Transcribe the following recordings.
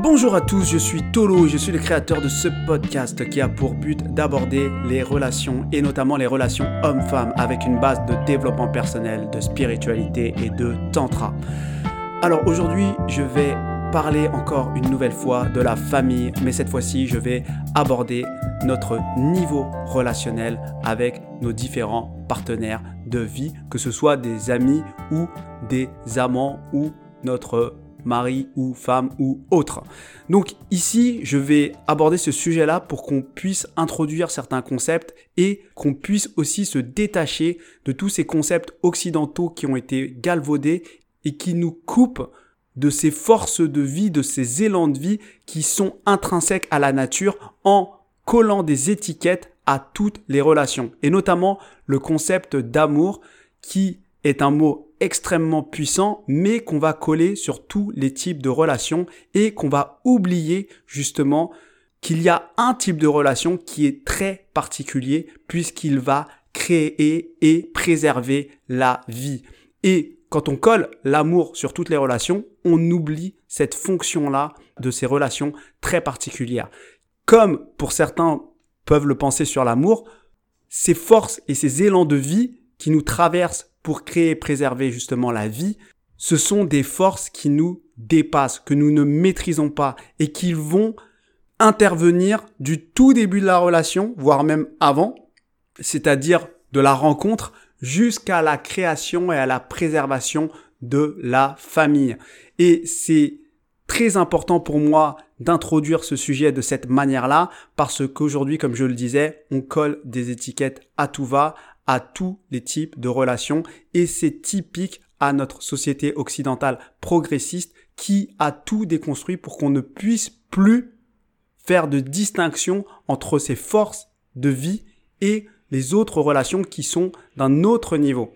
Bonjour à tous, je suis Tolo et je suis le créateur de ce podcast qui a pour but d'aborder les relations et notamment les relations hommes-femmes avec une base de développement personnel, de spiritualité et de tantra. Alors aujourd'hui, je vais parler encore une nouvelle fois de la famille, mais cette fois-ci, je vais aborder notre niveau relationnel avec nos différents partenaires de vie, que ce soit des amis ou des amants ou notre mari ou femme ou autre. Donc ici, je vais aborder ce sujet-là pour qu'on puisse introduire certains concepts et qu'on puisse aussi se détacher de tous ces concepts occidentaux qui ont été galvaudés et qui nous coupent de ces forces de vie, de ces élans de vie qui sont intrinsèques à la nature en collant des étiquettes à toutes les relations. Et notamment le concept d'amour qui est un mot extrêmement puissant, mais qu'on va coller sur tous les types de relations et qu'on va oublier justement qu'il y a un type de relation qui est très particulier puisqu'il va créer et préserver la vie. Et quand on colle l'amour sur toutes les relations, on oublie cette fonction-là de ces relations très particulières. Comme pour certains peuvent le penser sur l'amour, ces forces et ces élans de vie qui nous traversent pour créer et préserver justement la vie, ce sont des forces qui nous dépassent, que nous ne maîtrisons pas et qui vont intervenir du tout début de la relation, voire même avant, c'est-à-dire de la rencontre jusqu'à la création et à la préservation de la famille. Et c'est très important pour moi d'introduire ce sujet de cette manière-là parce qu'aujourd'hui, comme je le disais, on colle des étiquettes à tout va, à tous les types de relations et c'est typique à notre société occidentale progressiste qui a tout déconstruit pour qu'on ne puisse plus faire de distinction entre ces forces de vie et les autres relations qui sont d'un autre niveau.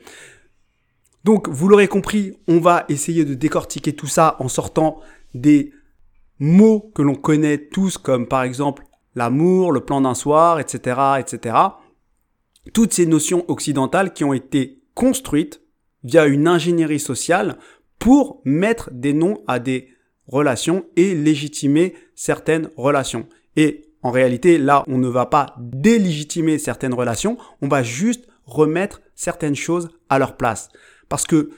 Donc, vous l'aurez compris, on va essayer de décortiquer tout ça en sortant des mots que l'on connaît tous comme par exemple l'amour, le plan d'un soir, etc., etc., toutes ces notions occidentales qui ont été construites via une ingénierie sociale pour mettre des noms à des relations et légitimer certaines relations. Et en réalité, là, on ne va pas délégitimer certaines relations, on va juste remettre certaines choses à leur place. Parce que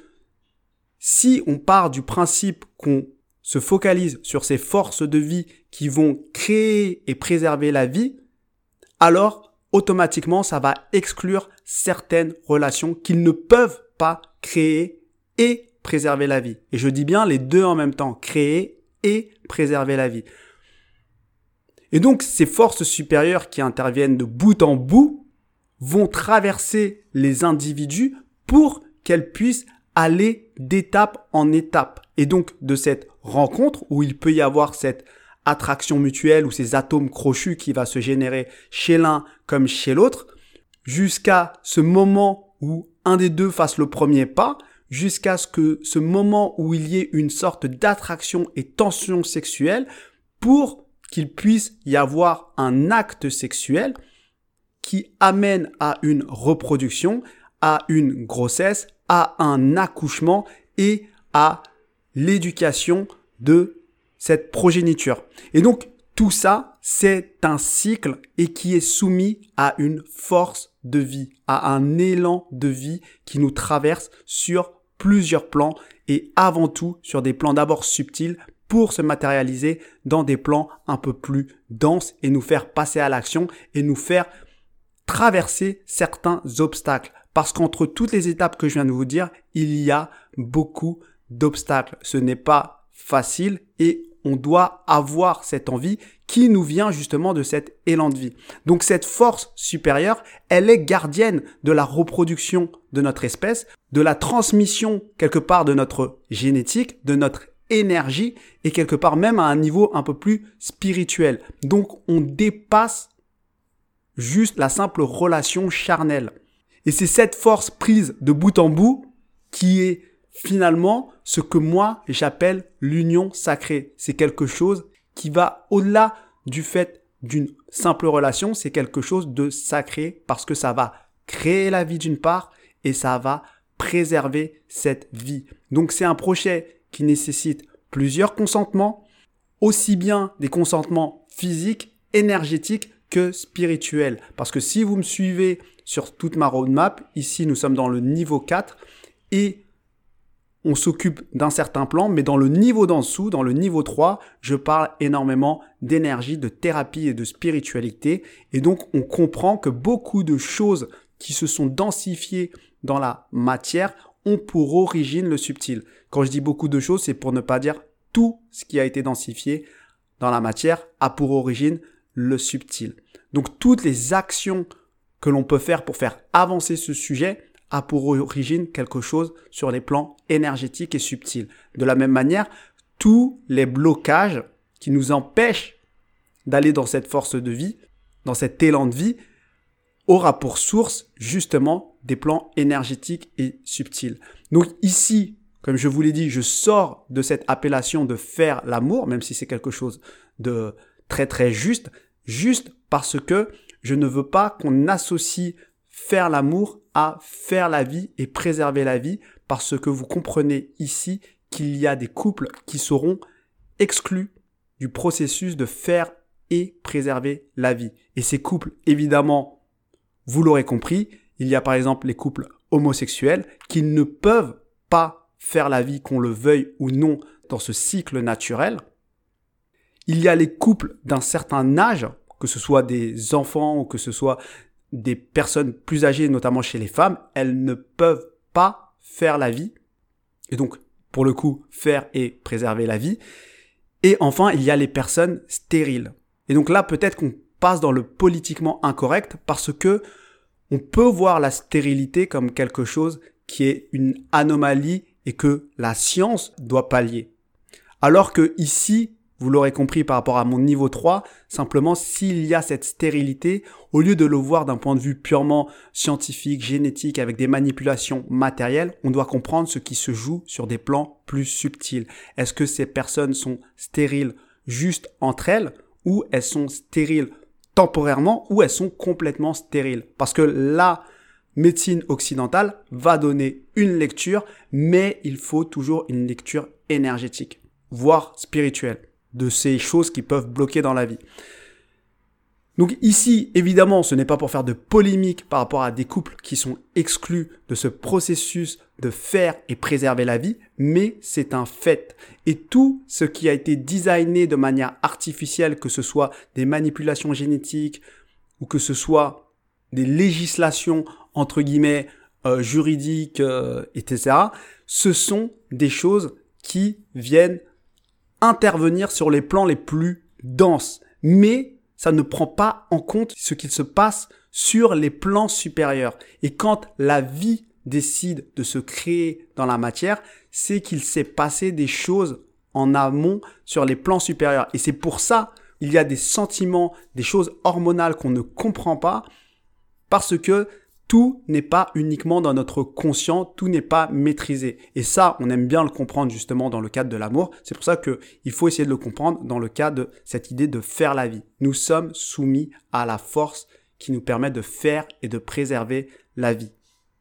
si on part du principe qu'on se focalise sur ces forces de vie qui vont créer et préserver la vie, alors automatiquement, ça va exclure certaines relations qu'ils ne peuvent pas créer et préserver la vie. Et je dis bien les deux en même temps, créer et préserver la vie. Et donc, ces forces supérieures qui interviennent de bout en bout vont traverser les individus pour qu'elles puissent aller d'étape en étape. Et donc, de cette rencontre où il peut y avoir cette attraction mutuelle ou ces atomes crochus qui va se générer chez l'un comme chez l'autre, jusqu'à ce moment où un des deux fasse le premier pas, jusqu'à ce moment où il y ait une sorte d'attraction et tension sexuelle pour qu'il puisse y avoir un acte sexuel qui amène à une reproduction, à une grossesse, à un accouchement et à l'éducation de cette progéniture. Et donc, tout ça, c'est un cycle et qui est soumis à une force de vie, à un élan de vie qui nous traverse sur plusieurs plans et avant tout sur des plans d'abord subtils pour se matérialiser dans des plans un peu plus denses et nous faire passer à l'action et nous faire traverser certains obstacles. Parce qu'entre toutes les étapes que je viens de vous dire, il y a beaucoup d'obstacles. Ce n'est pas facile et on doit avoir cette envie qui nous vient justement de cet élan de vie. Donc cette force supérieure, elle est gardienne de la reproduction de notre espèce, de la transmission quelque part de notre génétique, de notre énergie et quelque part même à un niveau un peu plus spirituel. Donc on dépasse juste la simple relation charnelle. Et c'est cette force prise de bout en bout qui est finalement ce que moi j'appelle l'union sacrée. C'est quelque chose qui va au-delà du fait d'une simple relation, c'est quelque chose de sacré parce que ça va créer la vie d'une part et ça va préserver cette vie. Donc c'est un projet qui nécessite plusieurs consentements. aussi bien des consentements physiques, énergétiques que spirituels. Parce que si vous me suivez sur toute ma roadmap, ici nous sommes dans le niveau 4 et on s'occupe d'un certain plan, mais dans le niveau d'en dessous, dans le niveau 3, je parle énormément d'énergie, de thérapie et de spiritualité. Et donc, on comprend que beaucoup de choses qui se sont densifiées dans la matière ont pour origine le subtil. Quand je dis beaucoup de choses, c'est pour ne pas dire tout ce qui a été densifié dans la matière a pour origine le subtil. Donc, toutes les actions que l'on peut faire pour faire avancer ce sujet a pour origine quelque chose sur les plans énergétiques et subtils. De la même manière, tous les blocages qui nous empêchent d'aller dans cette force de vie, dans cet élan de vie, aura pour source justement des plans énergétiques et subtils. Donc ici, comme je vous l'ai dit, je sors de cette appellation de faire l'amour, même si c'est quelque chose de très très juste parce que je ne veux pas qu'on associe faire l'amour à faire la vie et préserver la vie, parce que vous comprenez ici qu'il y a des couples qui seront exclus du processus de faire et préserver la vie. Et ces couples, évidemment, vous l'aurez compris, il y a par exemple les couples homosexuels qui ne peuvent pas faire la vie, qu'on le veuille ou non, dans ce cycle naturel. Il y a les couples d'un certain âge, que ce soit des enfants ou que ce soit des personnes plus âgées, notamment chez les femmes, elles ne peuvent pas faire la vie. Et donc, pour le coup, faire et préserver la vie. Et enfin, il y a les personnes stériles. Et donc là, peut-être qu'on passe dans le politiquement incorrect parce que on peut voir la stérilité comme quelque chose qui est une anomalie et que la science doit pallier. Alors que ici, vous l'aurez compris par rapport à mon niveau 3, simplement s'il y a cette stérilité, au lieu de le voir d'un point de vue purement scientifique, génétique, avec des manipulations matérielles, on doit comprendre ce qui se joue sur des plans plus subtils. Est-ce que ces personnes sont stériles juste entre elles, ou elles sont stériles temporairement, ou elles sont complètement stériles? Parce que la médecine occidentale va donner une lecture, mais il faut toujours une lecture énergétique, voire spirituelle, de ces choses qui peuvent bloquer dans la vie. Donc ici, évidemment, ce n'est pas pour faire de polémique par rapport à des couples qui sont exclus de ce processus de faire et préserver la vie, mais c'est un fait. Et tout ce qui a été designé de manière artificielle, que ce soit des manipulations génétiques ou que ce soit des législations entre guillemets juridiques, etc., ce sont des choses qui viennent intervenir sur les plans les plus denses, mais ça ne prend pas en compte ce qu'il se passe sur les plans supérieurs. Et quand la vie décide de se créer dans la matière, c'est qu'il s'est passé des choses en amont sur les plans supérieurs. Et c'est pour ça qu'il y a des sentiments, des choses hormonales qu'on ne comprend pas, parce que tout n'est pas uniquement dans notre conscient, tout n'est pas maîtrisé. Et ça, on aime bien le comprendre justement dans le cadre de l'amour. C'est pour ça qu'il faut essayer de le comprendre dans le cadre de cette idée de faire la vie. Nous sommes soumis à la force qui nous permet de faire et de préserver la vie.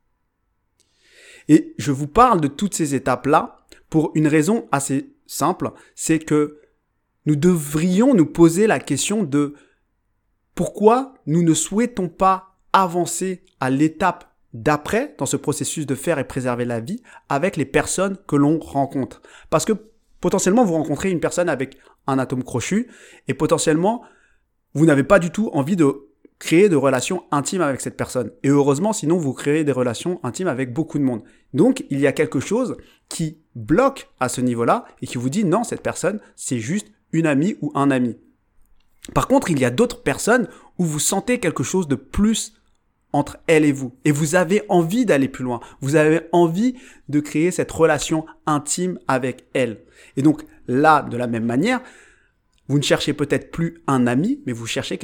Et je vous parle de toutes ces étapes-là pour une raison assez simple, c'est que nous devrions nous poser la question de pourquoi nous ne souhaitons pas avancer à l'étape d'après dans ce processus de faire et préserver la vie avec les personnes que l'on rencontre. Parce que potentiellement, vous rencontrez une personne avec un atome crochu et potentiellement, vous n'avez pas du tout envie de créer de relations intimes avec cette personne. Et heureusement, sinon, vous créez des relations intimes avec beaucoup de monde. Donc, il y a quelque chose qui bloque à ce niveau-là et qui vous dit non, cette personne, c'est juste une amie ou un ami. Par contre, il y a d'autres personnes où vous sentez quelque chose de plus entre elle et vous. Et vous avez envie d'aller plus loin. Vous avez envie de créer cette relation intime avec elle. Et donc là, de la même manière, vous ne cherchez peut-être plus un ami, mais vous cherchez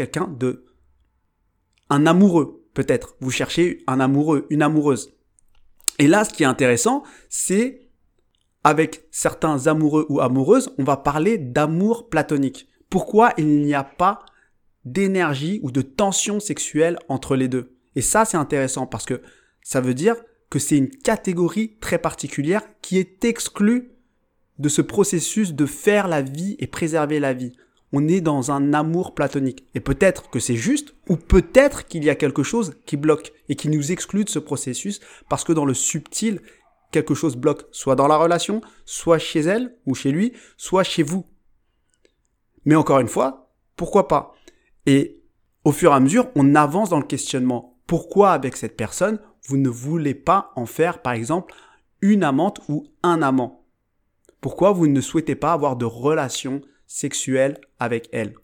un amoureux, peut-être. Vous cherchez un amoureux, une amoureuse. Et là, ce qui est intéressant, c'est avec certains amoureux ou amoureuses, on va parler d'amour platonique. Pourquoi il n'y a pas d'énergie ou de tension sexuelle entre les deux? Et ça, c'est intéressant parce que ça veut dire que c'est une catégorie très particulière qui est exclue de ce processus de faire la vie et préserver la vie. On est dans un amour platonique. Et peut-être que c'est juste, ou peut-être qu'il y a quelque chose qui bloque et qui nous exclut de ce processus parce que dans le subtil, quelque chose bloque, soit dans la relation, soit chez elle ou chez lui, soit chez vous. Mais encore une fois, pourquoi pas? Et au fur et à mesure, on avance dans le questionnement. Pourquoi avec cette personne, vous ne voulez pas en faire, par exemple, une amante ou un amant? Pourquoi vous ne souhaitez pas avoir de relation sexuelle avec elle?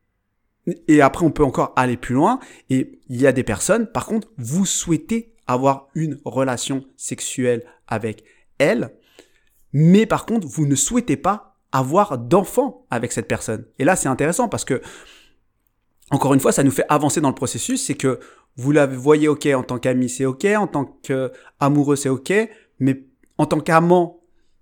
Et après, on peut encore aller plus loin. Et il y a des personnes, par contre, vous souhaitez avoir une relation sexuelle avec elle, mais par contre, vous ne souhaitez pas avoir d'enfant avec cette personne. Et là, c'est intéressant parce que, encore une fois, ça nous fait avancer dans le processus. C'est que vous la voyez OK en tant qu'ami, c'est OK, en tant qu'amoureux, c'est OK, mais en tant qu'amant,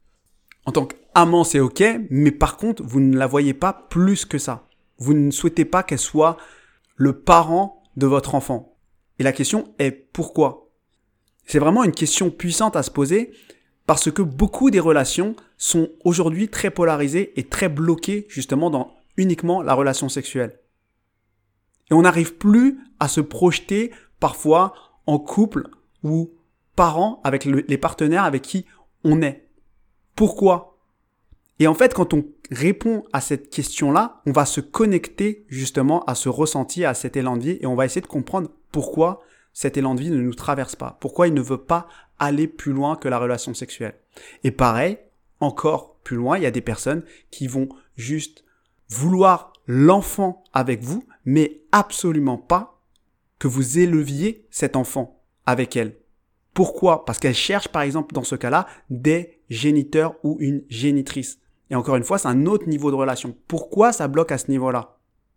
c'est OK, mais par contre, vous ne la voyez pas plus que ça. Vous ne souhaitez pas qu'elle soit le parent de votre enfant. Et la question est pourquoi? C'est vraiment une question puissante à se poser parce que beaucoup des relations sont aujourd'hui très polarisées et très bloquées justement dans uniquement la relation sexuelle. Et on n'arrive plus à se projeter parfois en couple ou parents avec les partenaires avec qui on est. Pourquoi? Et en fait, quand on répond à cette question-là, on va se connecter justement à ce ressenti, à cet élan de vie et on va essayer de comprendre pourquoi cet élan de vie ne nous traverse pas. Pourquoi il ne veut pas aller plus loin que la relation sexuelle. Et pareil, encore plus loin, il y a des personnes qui vont juste vouloir l'enfant avec vous, mais absolument pas que vous éleviez cet enfant avec elle. Pourquoi? Parce qu'elle cherche, par exemple, dans ce cas-là, des géniteurs ou une génitrice. Et encore une fois, c'est un autre niveau de relation. Pourquoi ça bloque à ce niveau-là?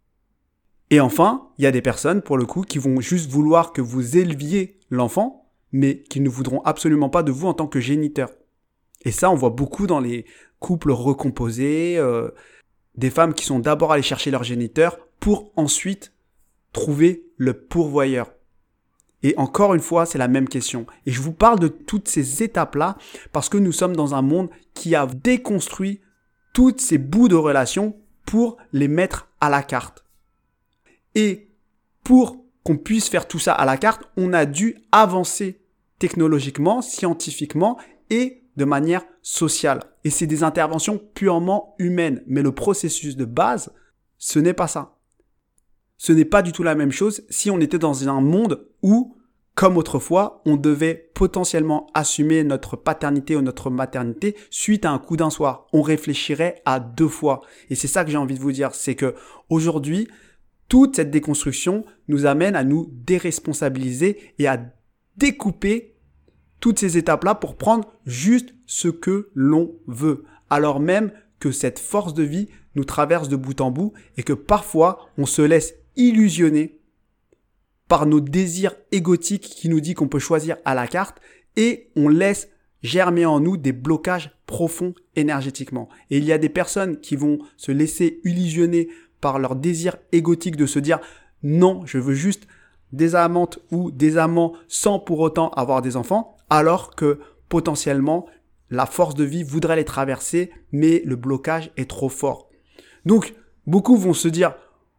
Et enfin, il y a des personnes, pour le coup, qui vont juste vouloir que vous éleviez l'enfant, mais qui ne voudront absolument pas de vous en tant que géniteur. Et ça, on voit beaucoup dans les couples recomposés, des femmes qui sont d'abord allées chercher leur géniteur pour ensuite trouver le pourvoyeur. Et encore une fois, c'est la même question. Et je vous parle de toutes ces étapes-là parce que nous sommes dans un monde qui a déconstruit tous ces bouts de relations pour les mettre à la carte. Et pour qu'on puisse faire tout ça à la carte, on a dû avancer technologiquement, scientifiquement et de manière sociale. Et c'est des interventions purement humaines. Mais le processus de base, ce n'est pas ça. Ce n'est pas du tout la même chose si on était dans un monde où, comme autrefois, on devait potentiellement assumer notre paternité ou notre maternité suite à un coup d'un soir. On réfléchirait à 2 fois. Et c'est ça que j'ai envie de vous dire, c'est que aujourd'hui, toute cette déconstruction nous amène à nous déresponsabiliser et à découper toutes ces étapes-là pour prendre juste ce que l'on veut. Alors même que cette force de vie nous traverse de bout en bout et que parfois on se laisse illusionner par nos désirs égotiques qui nous dit qu'on peut choisir à la carte et on laisse germer en nous des blocages profonds énergétiquement. Et il y a des personnes qui vont se laisser illusionner par leur désir égotique de se dire « Non, je veux juste des amantes ou des amants sans pour autant avoir des enfants », alors que potentiellement, la force de vie voudrait les traverser, mais le blocage est trop fort. Donc, beaucoup vont se dire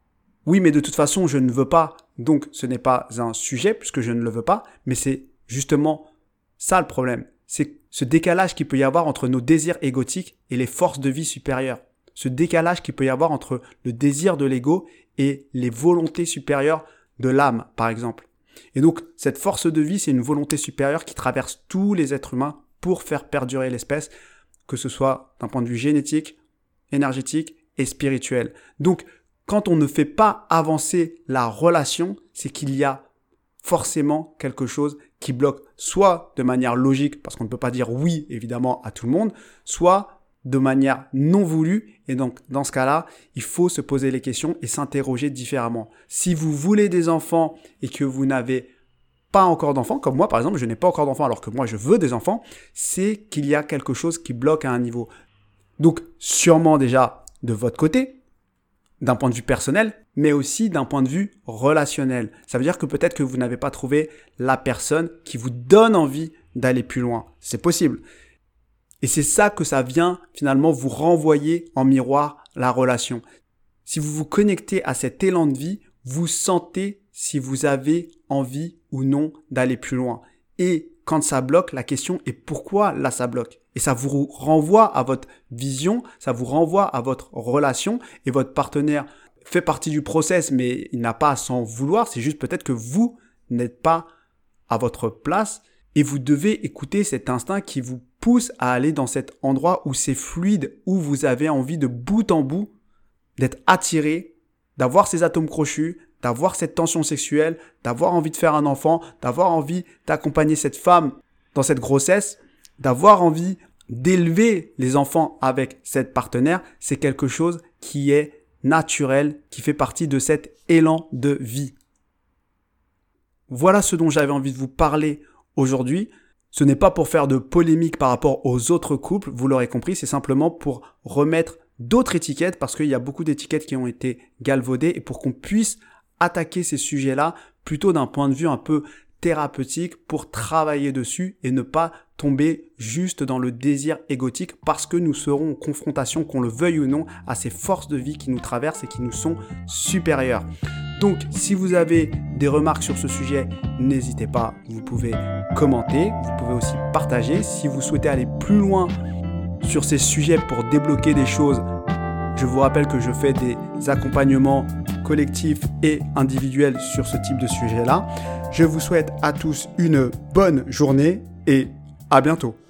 « Oui, mais de toute façon, je ne veux pas, donc ce n'est pas un sujet puisque je ne le veux pas », mais c'est justement ça le problème. C'est ce décalage qu'il peut y avoir entre nos désirs égotiques et les forces de vie supérieures. Ce décalage qu'il peut y avoir entre le désir de l'ego et les volontés supérieures de l'âme, par exemple. Et donc, cette force de vie, c'est une volonté supérieure qui traverse tous les êtres humains pour faire perdurer l'espèce, que ce soit d'un point de vue génétique, énergétique et spirituel. Donc, quand on ne fait pas avancer la relation, c'est qu'il y a forcément quelque chose qui bloque, soit de manière logique, parce qu'on ne peut pas dire oui, évidemment, à tout le monde, soit de manière non voulue. Et donc, dans ce cas-là, il faut se poser les questions et s'interroger différemment. Si vous voulez des enfants et que vous n'avez pas encore d'enfants, comme moi, par exemple, je n'ai pas encore d'enfants alors que moi, je veux des enfants, c'est qu'il y a quelque chose qui bloque à un niveau. Donc, sûrement déjà de votre côté, d'un point de vue personnel, mais aussi d'un point de vue relationnel. Ça veut dire que peut-être que vous n'avez pas trouvé la personne qui vous donne envie d'aller plus loin. C'est possible. Et c'est ça que ça vient finalement vous renvoyer en miroir la relation. Si vous vous connectez à cet élan de vie, vous sentez si vous avez envie ou non d'aller plus loin. Et quand ça bloque, la question est pourquoi là ça bloque. Et ça vous renvoie à votre vision, ça vous renvoie à votre relation et votre partenaire fait partie du process, mais il n'a pas à s'en vouloir. C'est juste peut-être que vous n'êtes pas à votre place et vous devez écouter cet instinct qui vous pousse à aller dans cet endroit où c'est fluide, où vous avez envie de bout en bout d'être attiré, d'avoir ces atomes crochus, d'avoir cette tension sexuelle, d'avoir envie de faire un enfant, d'avoir envie d'accompagner cette femme dans cette grossesse, d'avoir envie d'élever les enfants avec cette partenaire. C'est quelque chose qui est naturel, qui fait partie de cet élan de vie. Voilà ce dont j'avais envie de vous parler aujourd'hui. Ce n'est pas pour faire de polémique par rapport aux autres couples, vous l'aurez compris, c'est simplement pour remettre d'autres étiquettes parce qu'il y a beaucoup d'étiquettes qui ont été galvaudées et pour qu'on puisse attaquer ces sujets-là plutôt d'un point de vue un peu thérapeutique pour travailler dessus et ne pas tomber juste dans le désir égotique parce que nous serons en confrontation, qu'on le veuille ou non, à ces forces de vie qui nous traversent et qui nous sont supérieures. Donc, si vous avez des remarques sur ce sujet, n'hésitez pas, vous pouvez commenter, vous pouvez aussi partager. Si vous souhaitez aller plus loin sur ces sujets pour débloquer des choses, je vous rappelle que je fais des accompagnements collectifs et individuels sur ce type de sujet-là. Je vous souhaite à tous une bonne journée et à bientôt.